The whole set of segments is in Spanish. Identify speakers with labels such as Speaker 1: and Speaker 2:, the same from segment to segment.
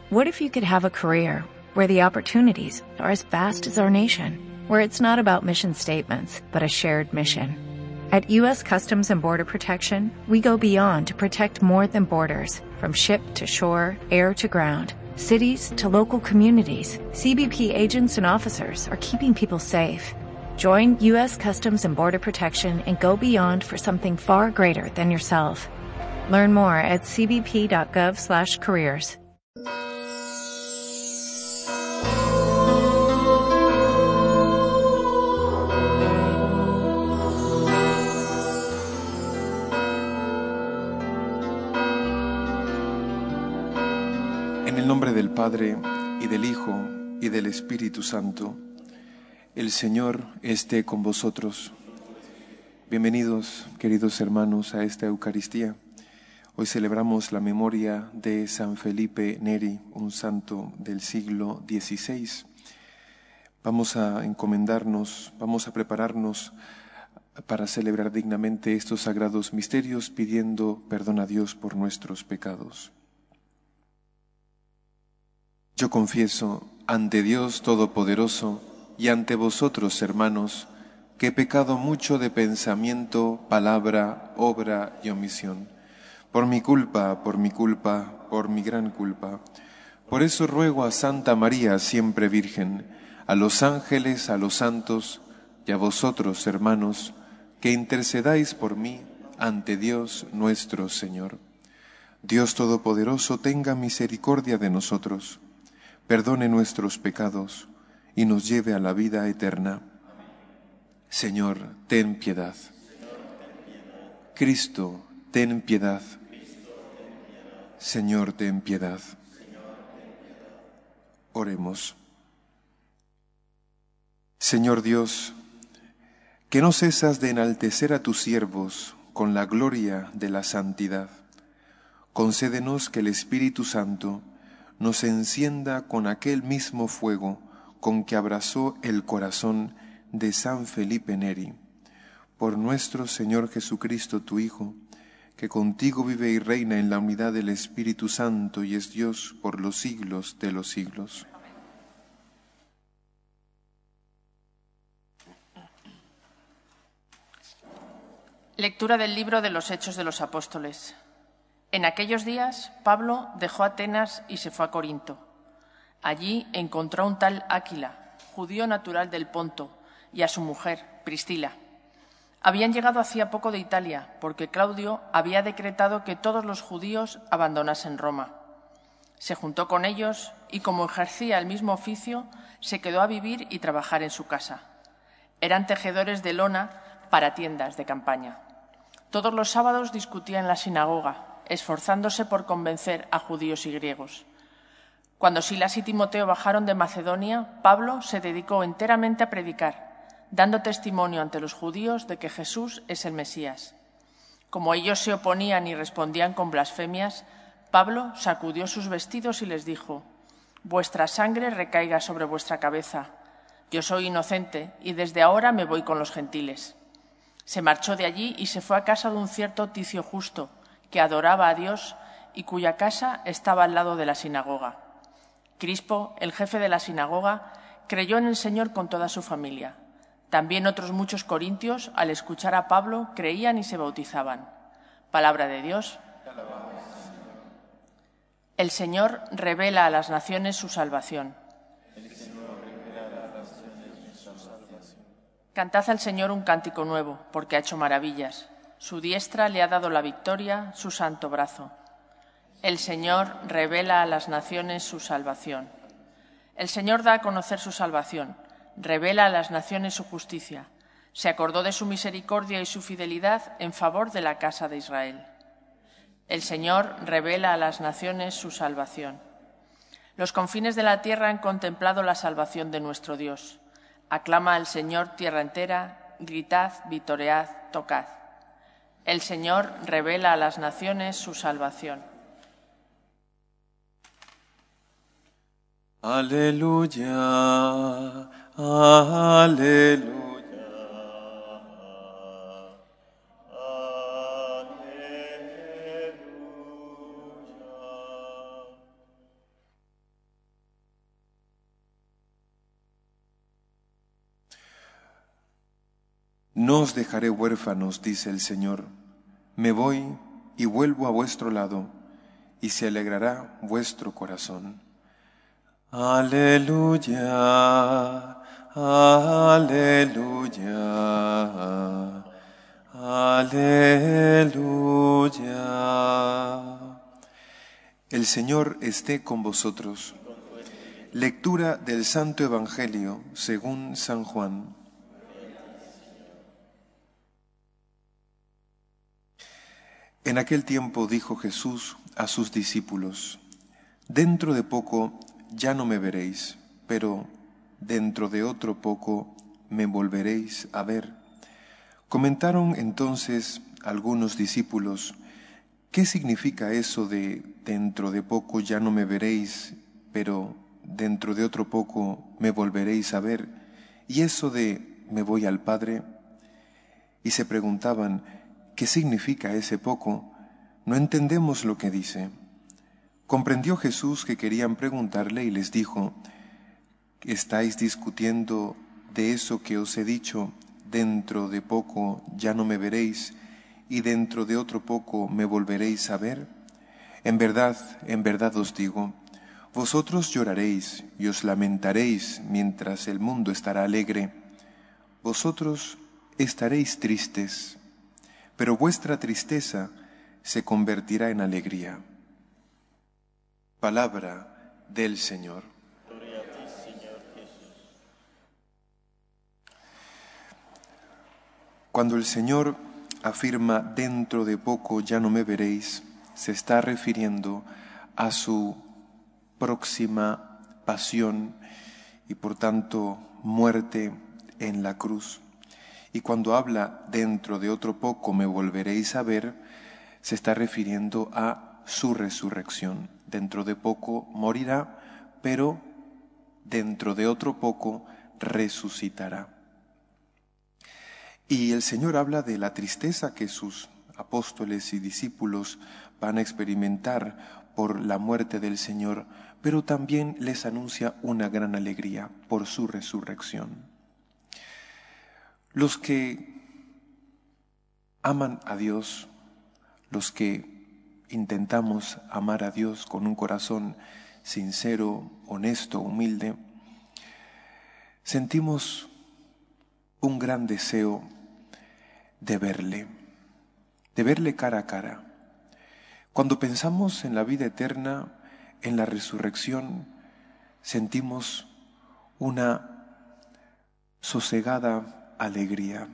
Speaker 1: What if you could have a career where the opportunities are as vast as our nation, where it's not about mission statements, but a shared mission? At U.S. Customs and Border Protection, we go beyond to protect more than borders. From ship to shore, air to ground, cities to local communities, CBP agents and officers are keeping people safe. Join U.S. Customs and Border Protection and go beyond for something far greater than yourself. Learn more at cbp.gov/careers.
Speaker 2: En el nombre del Padre, y del Hijo, y del Espíritu Santo, el Señor esté con vosotros. Bienvenidos, queridos hermanos, a esta Eucaristía. Hoy celebramos la memoria de San Felipe Neri, un santo del siglo XVI. Vamos a encomendarnos, vamos a prepararnos para celebrar dignamente estos sagrados misterios, pidiendo perdón a Dios por nuestros pecados. Yo confieso ante Dios Todopoderoso y ante vosotros, hermanos, que he pecado mucho de pensamiento, palabra, obra y omisión. Por mi culpa, por mi gran culpa. Por eso ruego a Santa María, siempre Virgen, a los ángeles, a los santos y a vosotros, hermanos, que intercedáis por mí ante Dios nuestro Señor. Dios Todopoderoso tenga misericordia de nosotros, perdone nuestros pecados y nos lleve a la vida eterna. Señor, ten piedad. Cristo, ten piedad. Señor, ten piedad. Oremos. Señor Dios, que no cesas de enaltecer a tus siervos con la gloria de la santidad, concédenos que el Espíritu Santo nos encienda con aquel mismo fuego con que abrazó el corazón de San Felipe Neri. Por nuestro Señor Jesucristo, tu Hijo, que contigo vive y reina en la unidad del Espíritu Santo y es Dios por los siglos de los siglos.
Speaker 3: Lectura del libro de los Hechos de los Apóstoles. En aquellos días, Pablo dejó Atenas y se fue a Corinto. Allí encontró a un tal Áquila, judío natural del Ponto, y a su mujer, Priscila. Habían llegado hacía poco de Italia, porque Claudio había decretado que todos los judíos abandonasen Roma. Se juntó con ellos y, como ejercía el mismo oficio, se quedó a vivir y trabajar en su casa. Eran tejedores de lona para tiendas de campaña. Todos los sábados discutía en la sinagoga, esforzándose por convencer a judíos y griegos. Cuando Silas y Timoteo bajaron de Macedonia, Pablo se dedicó enteramente a predicar, dando testimonio ante los judíos de que Jesús es el Mesías. Como ellos se oponían y respondían con blasfemias, Pablo sacudió sus vestidos y les dijo: «Vuestra sangre recaiga sobre vuestra cabeza. Yo soy inocente y desde ahora me voy con los gentiles». Se marchó de allí y se fue a casa de un cierto Ticio Justo, que adoraba a Dios y cuya casa estaba al lado de la sinagoga. Crispo, el jefe de la sinagoga, creyó en el Señor con toda su familia. También otros muchos corintios, al escuchar a Pablo, creían y se bautizaban. Palabra de Dios. El Señor revela a las naciones su salvación. Cantad al Señor un cántico nuevo, porque ha hecho maravillas. Su diestra le ha dado la victoria, su santo brazo. El Señor revela a las naciones su salvación. El Señor da a conocer su salvación, revela a las naciones su justicia. Se acordó de su misericordia y su fidelidad en favor de la casa de Israel. El Señor revela a las naciones su salvación. Los confines de la tierra han contemplado la salvación de nuestro Dios. Aclama al Señor tierra entera, gritad, vitoread, tocad. El Señor revela a las naciones su salvación.
Speaker 2: Aleluya, aleluya. No os dejaré huérfanos, dice el Señor. Me voy y vuelvo a vuestro lado, y se alegrará vuestro corazón. Aleluya, aleluya, aleluya. El Señor esté con vosotros. Lectura del Santo Evangelio según San Juan. En aquel tiempo dijo Jesús a sus discípulos: Dentro de poco ya no me veréis, pero dentro de otro poco me volveréis a ver. Comentaron entonces algunos discípulos: ¿Qué significa eso de dentro de poco ya no me veréis, pero dentro de otro poco me volveréis a ver? ¿Y eso de me voy al Padre? Y se preguntaban: ¿qué significa ese poco? No entendemos lo que dice. Comprendió Jesús que querían preguntarle y les dijo: ¿estáis discutiendo de eso que os he dicho? Dentro de poco ya no me veréis, y dentro de otro poco me volveréis a ver. En verdad os digo, vosotros lloraréis y os lamentaréis mientras el mundo estará alegre. Vosotros estaréis tristes, pero vuestra tristeza se convertirá en alegría. Palabra del Señor.
Speaker 4: Gloria a ti, Señor Jesús.
Speaker 2: Cuando el Señor afirma dentro de poco ya no me veréis, se está refiriendo a su próxima pasión y por tanto muerte en la cruz. Y cuando habla dentro de otro poco me volveréis a ver, se está refiriendo a su resurrección. Dentro de poco morirá, pero dentro de otro poco resucitará. Y el Señor habla de la tristeza que sus apóstoles y discípulos van a experimentar por la muerte del Señor, pero también les anuncia una gran alegría por su resurrección. Los que aman a Dios, los que intentamos amar a Dios con un corazón sincero, honesto, humilde, sentimos un gran deseo de verle cara a cara. Cuando pensamos en la vida eterna, en la resurrección, sentimos una sosegada alegría.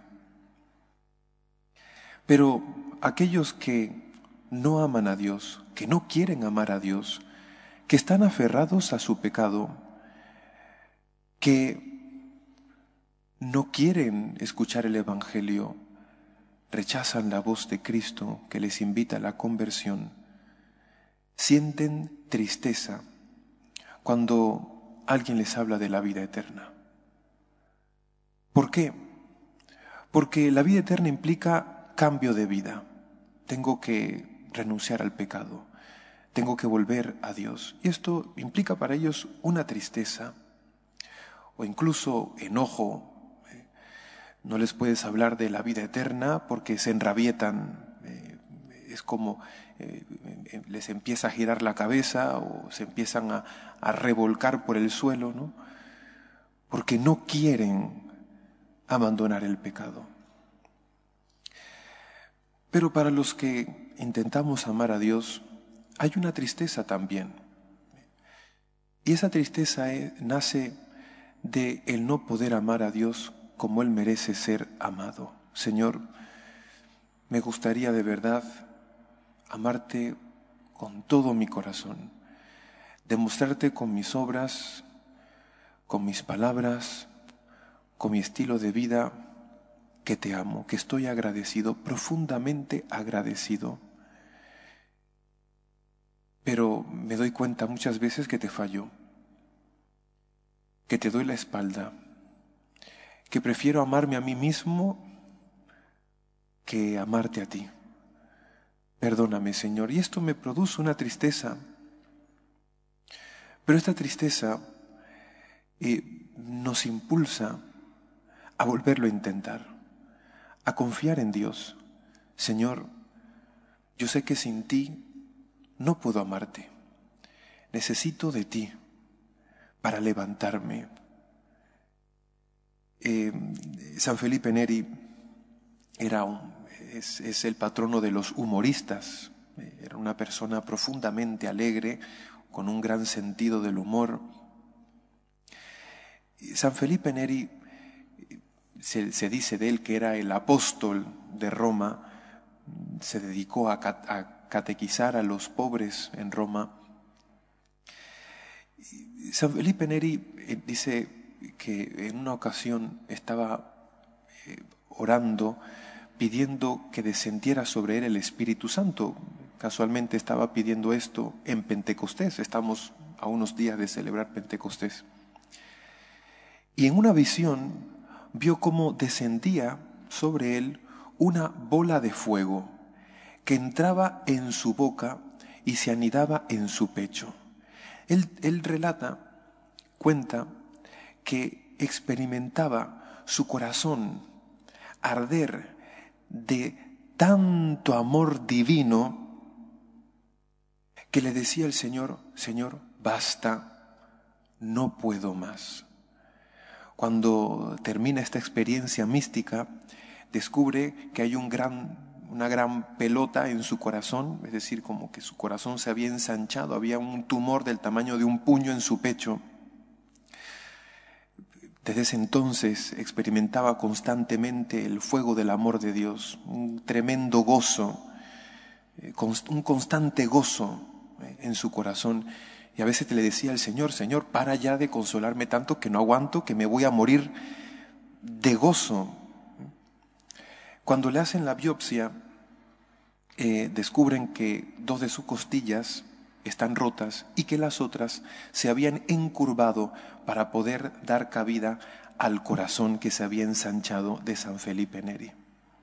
Speaker 2: Pero aquellos que no aman a Dios, que no quieren amar a Dios, que están aferrados a su pecado, que no quieren escuchar el Evangelio, rechazan la voz de Cristo que les invita a la conversión, sienten tristeza cuando alguien les habla de la vida eterna. ¿Por qué? Porque la vida eterna implica cambio de vida. Tengo que renunciar al pecado, tengo que volver a Dios. Y esto implica para ellos una tristeza o incluso enojo. No les puedes hablar de la vida eterna porque se enrabietan. Es como les empieza a girar la cabeza o se empiezan a revolcar por el suelo, ¿no? Porque no quieren abandonar el pecado. Pero para los que intentamos amar a Dios, hay una tristeza también. Y esa tristeza nace de el no poder amar a Dios como Él merece ser amado. Señor, me gustaría de verdad amarte con todo mi corazón, demostrarte con mis obras, con mis palabras, con mi estilo de vida, que te amo, que estoy agradecido, profundamente agradecido. Pero me doy cuenta muchas veces que te fallo, que te doy la espalda, que prefiero amarme a mí mismo que amarte a ti. Perdóname, Señor. Y esto me produce una tristeza. Pero esta tristeza nos impulsa a volverlo a intentar, a confiar en Dios. Señor, yo sé que sin ti no puedo amarte. Necesito de ti para levantarme. San Felipe Neri es el patrono de los humoristas. Era una persona profundamente alegre, con un gran sentido del humor. San Felipe Neri, se dice de él que era el apóstol de Roma. Se dedicó a catequizar a los pobres en Roma. San Felipe Neri dice que en una ocasión estaba orando, pidiendo que descendiera sobre él el Espíritu Santo. Casualmente estaba pidiendo esto en Pentecostés. Estamos a unos días de celebrar Pentecostés. Y en una visión vio cómo descendía sobre él una bola de fuego que entraba en su boca y se anidaba en su pecho. Él cuenta que experimentaba su corazón arder de tanto amor divino que le decía al Señor: Señor, basta, no puedo más. Cuando termina esta experiencia mística, descubre que hay una gran pelota en su corazón, es decir, como que su corazón se había ensanchado, había un tumor del tamaño de un puño en su pecho. Desde ese entonces experimentaba constantemente el fuego del amor de Dios, un tremendo gozo, un constante gozo en su corazón. Y a veces le decía al Señor: Señor, para ya de consolarme tanto que no aguanto, que me voy a morir de gozo. Cuando le hacen la biopsia, descubren que 2 de sus costillas están rotas y que las otras se habían encurvado para poder dar cabida al corazón que se había ensanchado de San Felipe Neri.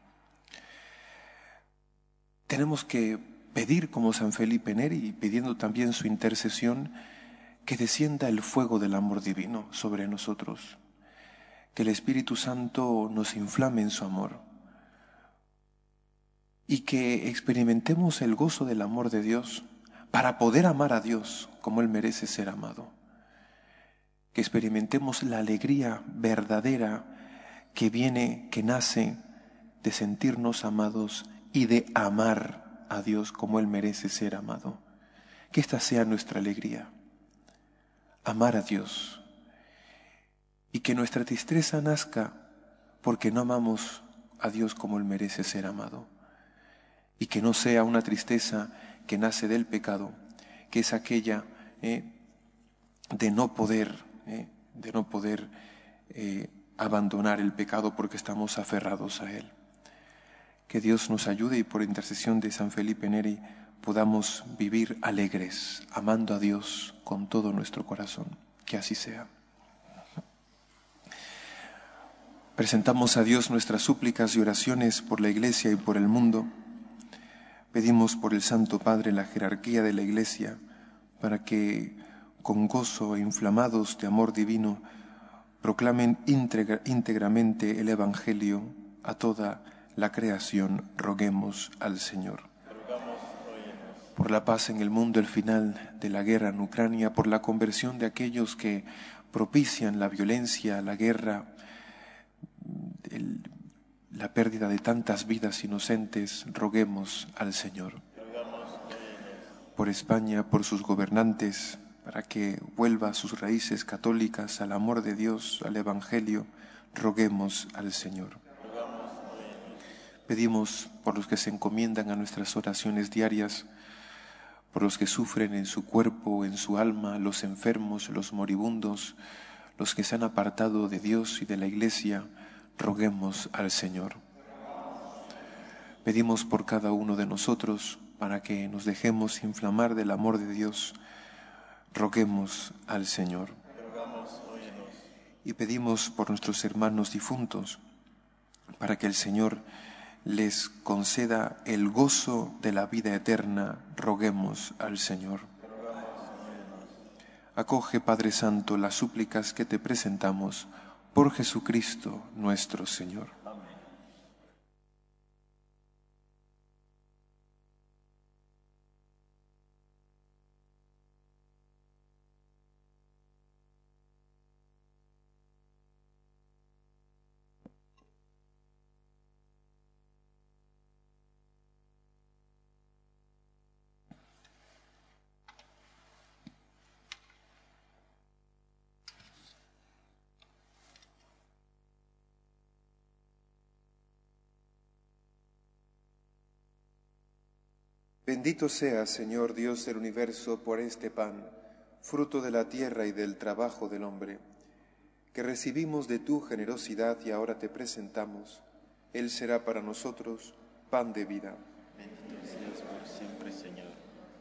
Speaker 2: Tenemos que pedir como San Felipe Neri, pidiendo también su intercesión, que descienda el fuego del amor divino sobre nosotros, que el Espíritu Santo nos inflame en su amor y que experimentemos el gozo del amor de Dios para poder amar a Dios como Él merece ser amado. Que experimentemos la alegría verdadera que nace de sentirnos amados y de amar a Dios como Él merece ser amado. Que esta sea nuestra alegría, amar a Dios, y que nuestra tristeza nazca porque no amamos a Dios como Él merece ser amado, y que no sea una tristeza que nace del pecado, que es aquella de no poder abandonar el pecado porque estamos aferrados a él. Que Dios nos ayude y por intercesión de San Felipe Neri podamos vivir alegres, amando a Dios con todo nuestro corazón. Que así sea. Presentamos a Dios nuestras súplicas y oraciones por la Iglesia y por el mundo. Pedimos por el Santo Padre la jerarquía de la Iglesia para que, con gozo e inflamados de amor divino, proclamen íntegramente el Evangelio a toda la creación. Roguemos al Señor. Por la paz en el mundo, el final de la guerra en Ucrania, por la conversión de aquellos que propician la violencia, la guerra, la pérdida de tantas vidas inocentes, roguemos al Señor. Por España, por sus gobernantes, para que vuelva a sus raíces católicas, al amor de Dios, al Evangelio, roguemos al Señor. Pedimos por los que se encomiendan a nuestras oraciones diarias, por los que sufren en su cuerpo, en su alma, los enfermos, los moribundos, los que se han apartado de Dios y de la Iglesia, roguemos al Señor. Pedimos por cada uno de nosotros para que nos dejemos inflamar del amor de Dios, roguemos al Señor. Y pedimos por nuestros hermanos difuntos para que el Señor les conceda el gozo de la vida eterna, roguemos al Señor. Acoge, Padre Santo, las súplicas que te presentamos por Jesucristo nuestro Señor. Bendito seas, Señor Dios del universo, por este pan, fruto de la tierra y del trabajo del hombre, que recibimos de tu generosidad y ahora te presentamos. Él será para nosotros pan de vida.
Speaker 4: Bendito seas por siempre, Señor.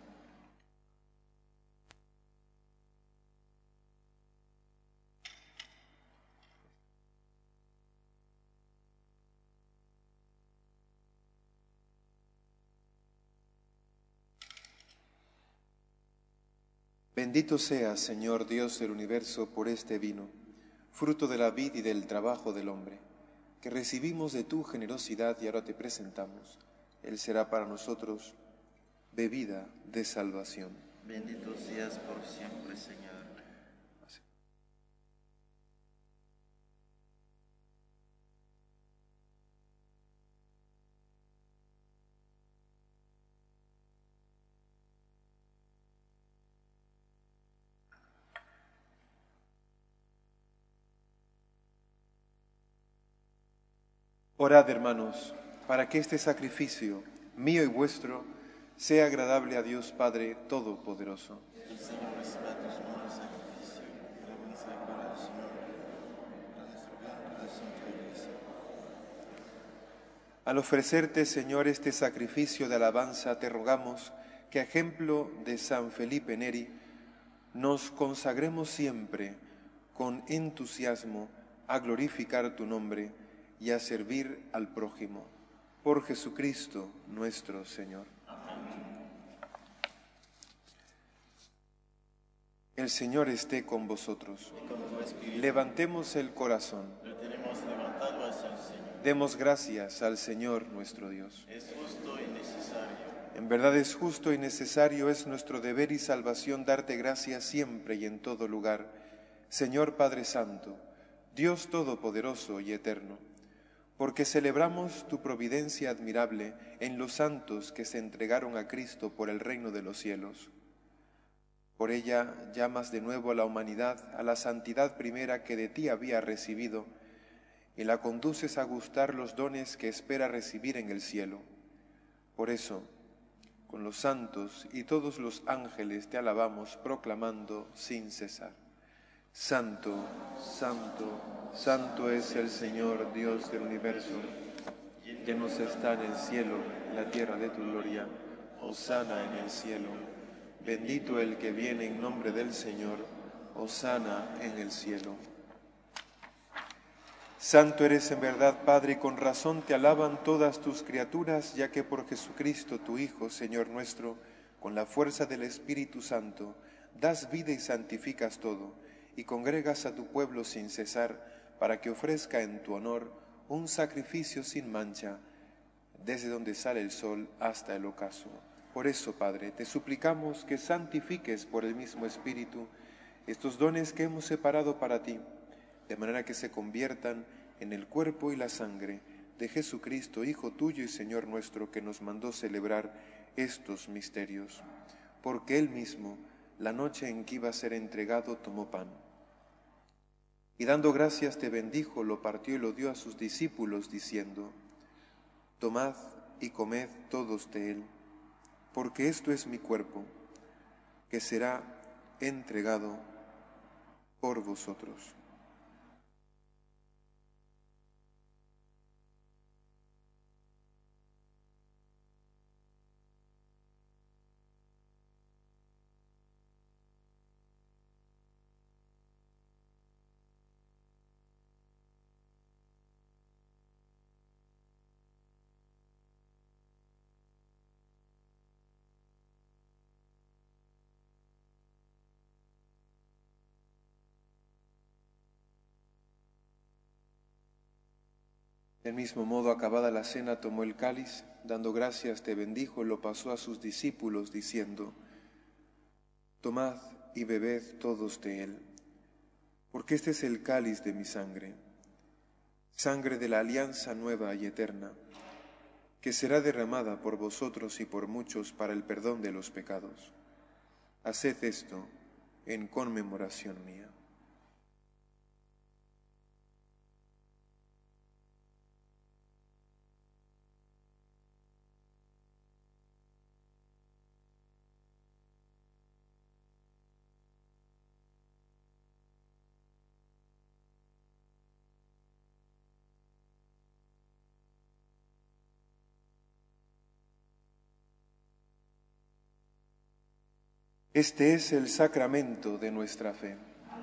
Speaker 2: Bendito seas, Señor Dios del universo, por este vino, fruto de la vid y del trabajo del hombre, que recibimos de tu generosidad y ahora te presentamos. Él será para nosotros bebida de salvación.
Speaker 4: Bendito seas por siempre, Señor.
Speaker 2: Orad, hermanos, para que este sacrificio, mío y vuestro, sea agradable a Dios Padre Todopoderoso.
Speaker 4: El Señor reciba tus manos sacrificio, alabanza y corazón, para nuestro bien y la Santa Iglesia.
Speaker 2: Al ofrecerte, Señor, este sacrificio de alabanza, te rogamos que, a ejemplo de San Felipe Neri, nos consagremos siempre con entusiasmo a glorificar tu nombre y a servir al prójimo. Por Jesucristo nuestro Señor. El Señor esté con vosotros.
Speaker 4: Y con tu espíritu,
Speaker 2: Levantemos el corazón.
Speaker 4: lo tenemos levantado hacia el Señor.
Speaker 2: Demos gracias al Señor nuestro Dios.
Speaker 4: Es justo y necesario.
Speaker 2: En verdad es justo y necesario, es nuestro deber y salvación darte gracias siempre y en todo lugar, Señor Padre Santo, Dios Todopoderoso y Eterno, porque celebramos tu providencia admirable en los santos que se entregaron a Cristo por el reino de los cielos. Por ella llamas de nuevo a la humanidad a la santidad primera que de ti había recibido y la conduces a gustar los dones que espera recibir en el cielo. Por eso, con los santos y todos los ángeles te alabamos proclamando sin cesar. Santo, santo, santo es el Señor Dios del universo. Llenos están el cielo y la tierra de tu gloria. Hosana en el cielo. Bendito el que viene en nombre del Señor. Hosana en el cielo. Santo eres en verdad, Padre, y con razón te alaban todas tus criaturas, ya que por Jesucristo, tu Hijo, Señor nuestro, con la fuerza del Espíritu Santo, das vida y santificas todo, y congregas a tu pueblo sin cesar, para que ofrezca en tu honor un sacrificio sin mancha, desde donde sale el sol hasta el ocaso. Por eso, Padre, te suplicamos que santifiques por el mismo Espíritu estos dones que hemos separado para ti, de manera que se conviertan en el cuerpo y la sangre de Jesucristo, Hijo tuyo y Señor nuestro, que nos mandó celebrar estos misterios. Porque Él mismo, la noche en que iba a ser entregado, tomó pan. Y dando gracias te bendijo, lo partió y lo dio a sus discípulos, diciendo: Tomad y comed todos de él, porque esto es mi cuerpo, que será entregado por vosotros. Del mismo modo, acabada la cena, tomó el cáliz, dando gracias te bendijo, lo pasó a sus discípulos, diciendo: Tomad y bebed todos de él, porque este es el cáliz de mi sangre, sangre de la alianza nueva y eterna, que será derramada por vosotros y por muchos para el perdón de los pecados. Haced esto en conmemoración mía. Este es el sacramento de nuestra fe.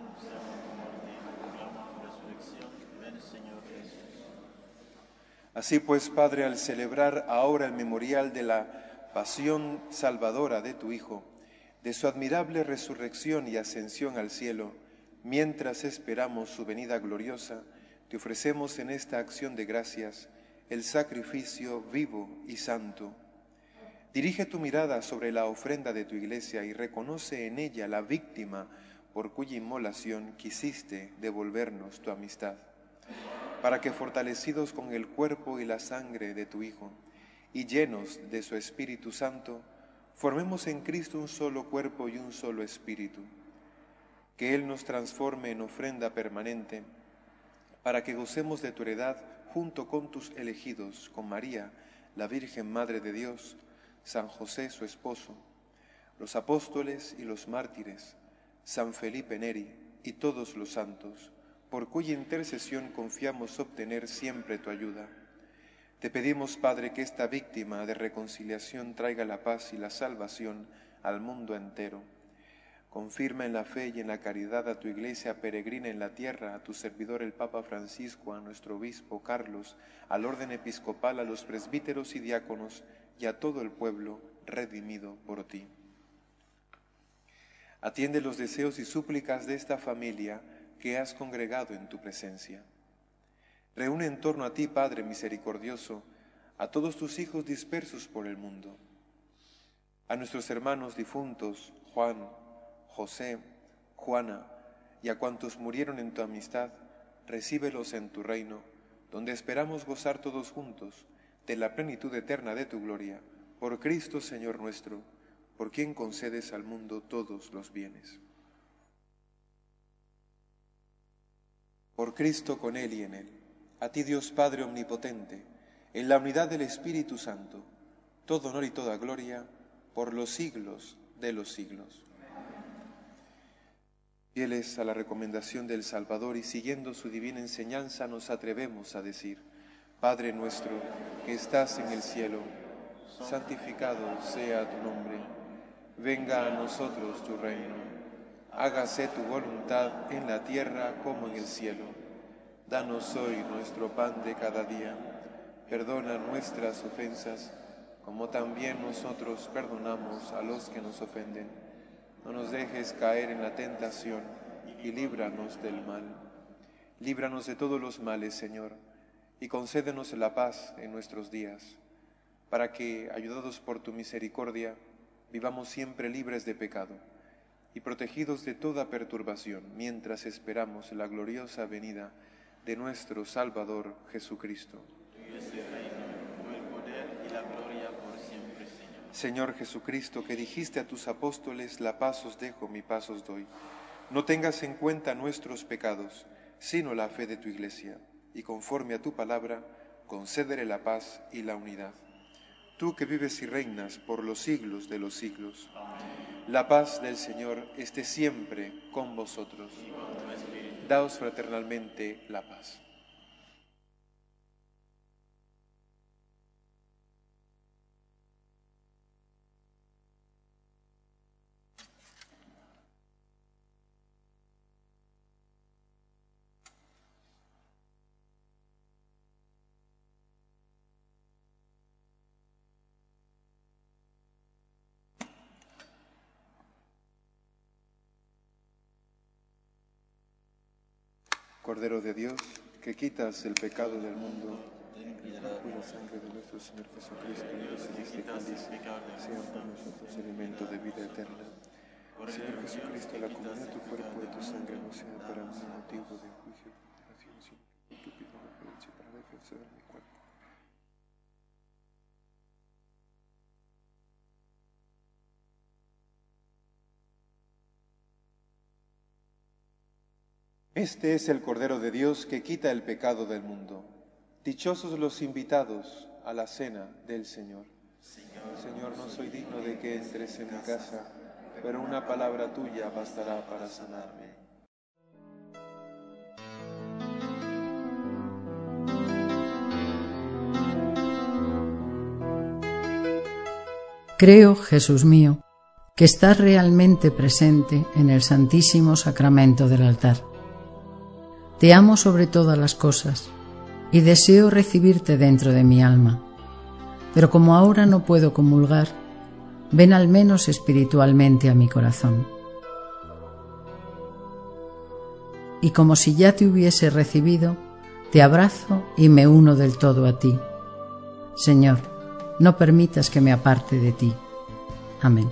Speaker 2: Así pues, Padre, al celebrar ahora el memorial de la pasión salvadora de tu Hijo, de su admirable resurrección y ascensión al cielo, mientras esperamos su venida gloriosa, te ofrecemos en esta acción de gracias el sacrificio vivo y santo. Dirige tu mirada sobre la ofrenda de tu Iglesia y reconoce en ella la víctima por cuya inmolación quisiste devolvernos tu amistad, para que fortalecidos con el cuerpo y la sangre de tu Hijo y llenos de su Espíritu Santo, formemos en Cristo un solo cuerpo y un solo espíritu. Que Él nos transforme en ofrenda permanente, para que gocemos de tu heredad junto con tus elegidos, con María, la Virgen Madre de Dios, San José su esposo, los apóstoles y los mártires, San Felipe Neri y todos los santos, por cuya intercesión confiamos obtener siempre tu ayuda. Te pedimos, Padre, que esta víctima de reconciliación traiga la paz y la salvación al mundo entero. Confirma en la fe y en la caridad a tu Iglesia peregrina en la tierra, a tu servidor el Papa Francisco, a nuestro obispo Carlos, al orden episcopal, a los presbíteros y diáconos y a todo el pueblo redimido por ti. Atiende los deseos y súplicas de esta familia que has congregado en tu presencia. Reúne en torno a ti, Padre misericordioso, a todos tus hijos dispersos por el mundo, a nuestros hermanos difuntos, Juan, José, Juana, y a cuantos murieron en tu amistad, recíbelos en tu reino, donde esperamos gozar todos juntos de la plenitud eterna de tu gloria, por Cristo Señor nuestro, por quien concedes al mundo todos los bienes. Por Cristo, con Él y en Él, a ti Dios Padre omnipotente, en la unidad del Espíritu Santo, todo honor y toda gloria, por los siglos de los siglos. Fieles a la recomendación del Salvador y siguiendo su divina enseñanza, nos atrevemos a decir: Padre nuestro, que estás en el cielo, santificado sea tu nombre. Venga a nosotros tu reino. Hágase tu voluntad en la tierra como en el cielo. Danos hoy nuestro pan de cada día. Perdona nuestras ofensas, como también nosotros perdonamos a los que nos ofenden. No nos dejes caer en la tentación y líbranos del mal. Líbranos de todos los males, Señor, y concédenos la paz en nuestros días, para que, ayudados por tu misericordia, vivamos siempre libres de pecado y protegidos de toda perturbación, mientras esperamos la gloriosa venida de nuestro Salvador Jesucristo.
Speaker 4: Tuyo es el reino, el poder y la gloria por siempre, Señor.
Speaker 2: Señor Jesucristo, que dijiste a tus apóstoles: la paz os dejo, mi paz os doy. No tengas en cuenta nuestros pecados, sino la fe de tu Iglesia, y conforme a tu palabra, concédele la paz y la unidad. Tú que vives y reinas por los siglos de los siglos. La paz del Señor esté siempre con vosotros. Daos fraternalmente la paz. Cordero de Dios, que quitas el pecado del mundo, ten piedad por la sangre de nuestro Señor Jesucristo, y recibiste cáliz, sea para nosotros alimento de vida eterna. Señor Jesucristo, la comunión de tu cuerpo y de tu sangre no sea para mí motivo de juicio y condenación, sino que tú pidas la prudencia para defender mi cuerpo. Este es el Cordero de Dios que quita el pecado del mundo. Dichosos los invitados a la cena del Señor. Señor, no soy digno de que entres en mi casa, pero una palabra tuya bastará para sanarme.
Speaker 5: Creo, Jesús mío, que estás realmente presente en el Santísimo Sacramento del altar. Te amo sobre todas las cosas y deseo recibirte dentro de mi alma, pero como ahora no puedo comulgar, ven al menos espiritualmente a mi corazón. Y como si ya te hubiese recibido, te abrazo y me uno del todo a ti. Señor, no permitas que me aparte de ti. Amén.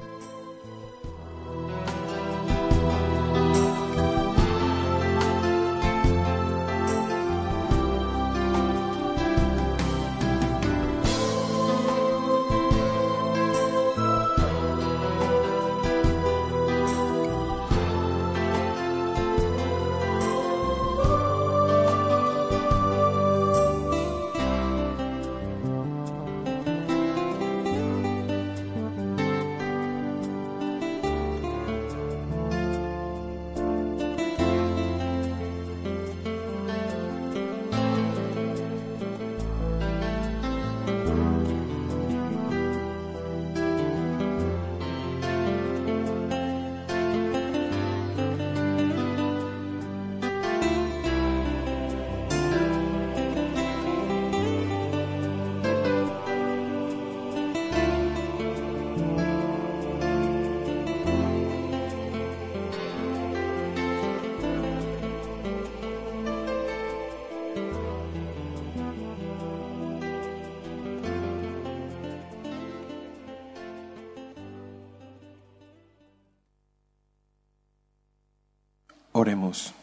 Speaker 2: Oremos.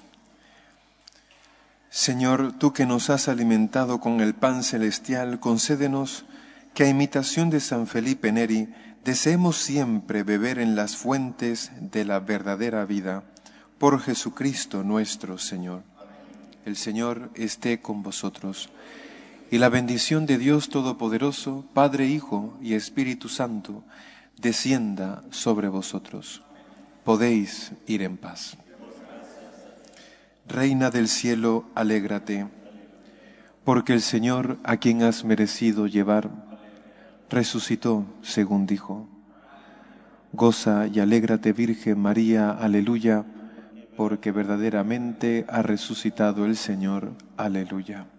Speaker 2: Señor, tú que nos has alimentado con el pan celestial, concédenos que a imitación de San Felipe Neri deseemos siempre beber en las fuentes de la verdadera vida. Por Jesucristo nuestro Señor. El Señor esté con vosotros. Y la bendición de Dios Todopoderoso, Padre, Hijo y Espíritu Santo, descienda sobre vosotros. Podéis ir en paz. Reina del cielo, alégrate, porque el Señor, a quien has merecido llevar, resucitó según dijo. Goza y alégrate, Virgen María, aleluya, porque verdaderamente ha resucitado el Señor, aleluya.